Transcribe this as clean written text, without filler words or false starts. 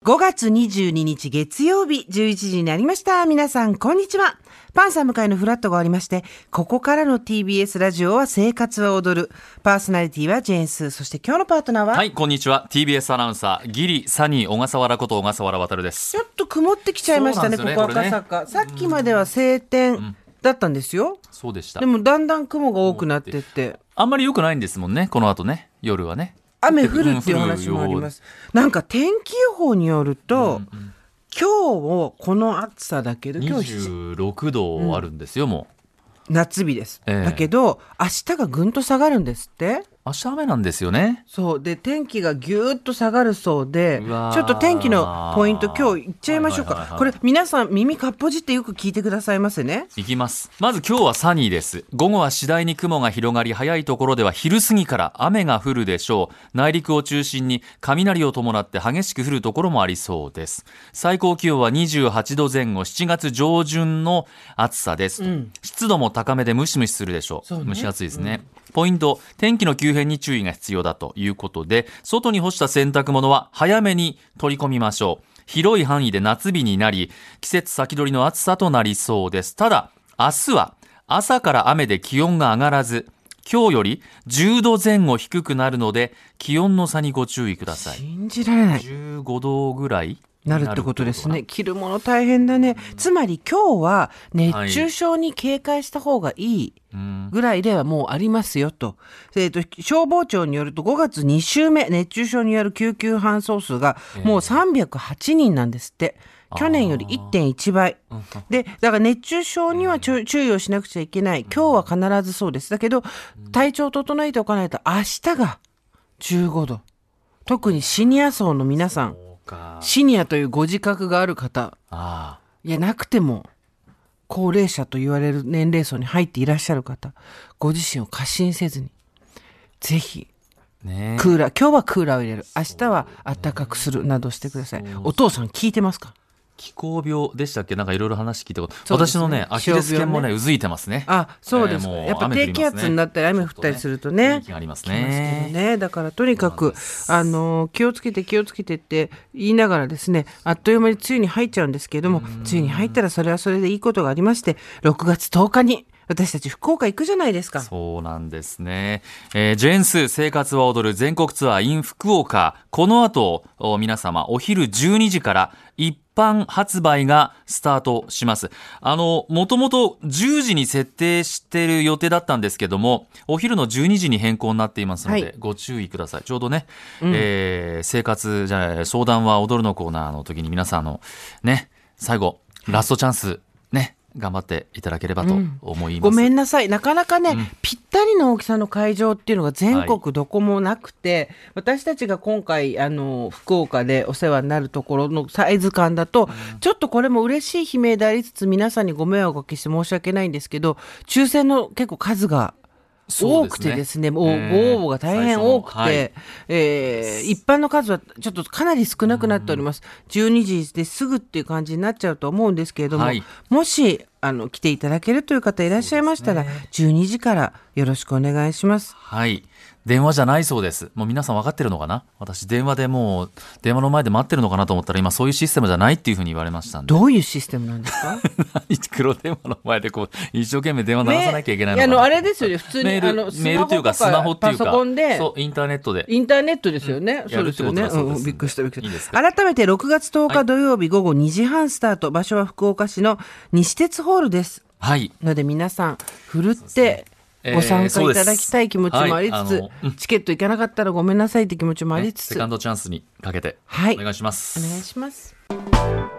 5月22日月曜日11時になりました。皆さんこんにちは。パンサー向かいのフラットがありまして、ここからの TBS ラジオは生活は踊る。パーソナリティはジェーンスー、そして今日のパートナーは、 はい、こんにちは。 TBS アナウンサーギリサニー小笠原こと小笠原渉です。 ちょっと曇ってきちゃいましたね。ここ赤坂、さっきまでは晴天だったんですよ。 そうでした。 でもだんだん雲が多くなってって、 あんまり良くないんですもんね、この後ね、夜はね雨降るっていう話もあります。なんか天気予報によると、今日この暑さだけど今日 26度あるんですよ、もう夏日です、だけど明日がぐんと下がるんですって。 明日雨なんですよね。 そうで、天気がぎゅーっと下がるそうで、ちょっと天気のポイント今日いっちゃいましょうか。これ皆さん耳かっぽじってよく聞いてくださいませね。 いきます。まず今日はサニーです。午後は次第に雲が広がり、早いところでは昼過ぎから雨が降るでしょう。内陸を中心に雷を伴って激しく降るところもありそうです。最高気温は28度前後、7月上旬の暑さです、湿度も高めでムシムシするでしょう、蒸し暑いですね、ポイント、天気の急変に注意が必要だということで、外に干した洗濯物は早めに取り込みましょう。広い範囲で夏日になり、季節先取りの暑さとなりそうです。ただ明日は朝から雨で気温が上がらず、今日より10度前後低くなるので気温の差にご注意ください。 信じられない。 15度ぐらいなるってことですね。着るもの大変だね。つまり今日は熱中症に警戒した方がいいぐらいではもうありますよと。消防庁によると5月2週目、熱中症による救急搬送数がもう308人なんですって。去年より 1.1 倍で、だから熱中症には注意をしなくちゃいけない。今日は必ずそうです。だけど体調を整えておかないと明日が15度。特にシニア層の皆さん、シニアというご自覚がある方、いやなくても高齢者と言われる年齢層に入っていらっしゃる方、ご自身を過信せずにぜひクーラー、今日はクーラーを入れる、明日は暖かくするなどしてください。お父さん聞いてますか？ 気候病でしたっけ？なんかいろいろ話聞いたこと、私のねアキレス腱もねうずいてますね。 そうですか、やっぱ低気圧になったり雨降ったりするとね、 ありますね。 だからとにかく気をつけてって言いながらですね、あっという間に梅雨に入っちゃうんですけれども、梅雨に入ったらそれはそれでいいことがありまして、6月10日に私たち福岡行くじゃないですか。 そうなんですね。ジェーンス生活は踊る全国ツアー in 福岡、この後皆様お昼12時から一般発売がスタートします。もともと10時に設定している予定だったんですけども、お昼の12時に変更になっていますので、ご注意ください。ちょうどね、生活じゃない相談は踊るのコーナーの時に皆さんね、最後ラストチャンスね、頑張っていただければと思います、 ごめんなさい、なかなかね、ぴったりの大きさの会場っていうのが全国どこもなくて、私たちが今回福岡でお世話になるところのサイズ感だと、ちょっとこれも嬉しい悲鳴でありつつ皆さんにご迷惑をおかけして申し訳ないんですけど、抽選の結構数が多くてですね、ご応募が大変多くて、一般の数はちょっとかなり少なくなっております。12時ですぐっていう感じになっちゃうと思うんですけれども、もし来ていただけるという方いらっしゃいましたら、12時からよろしくお願いします。 はい、電話じゃないそうです。もう皆さん分かってるのかな。私電話でもう電話の前で待ってるのかなと思ったら、今そういうシステムじゃないっていうふうに言われましたんで。 どういうシステムなんですか？ 黒電話の前で一生懸命電話鳴らさなきゃいけないのかな。 あれですよね、普通にメールというかスマホっていうかパソコンで、 そうインターネットですよね。 そうですよね。びっくりした。 いいです改めて6月10日土曜日午後2時半スタート、場所は福岡市の西鉄ホールです。ので皆さんふるってご参加いただきたい気持ちもありつつ、チケット行かなかったらごめんなさいって気持ちもありつつ、 セカンドチャンスにかけてお願いします。 お願いします。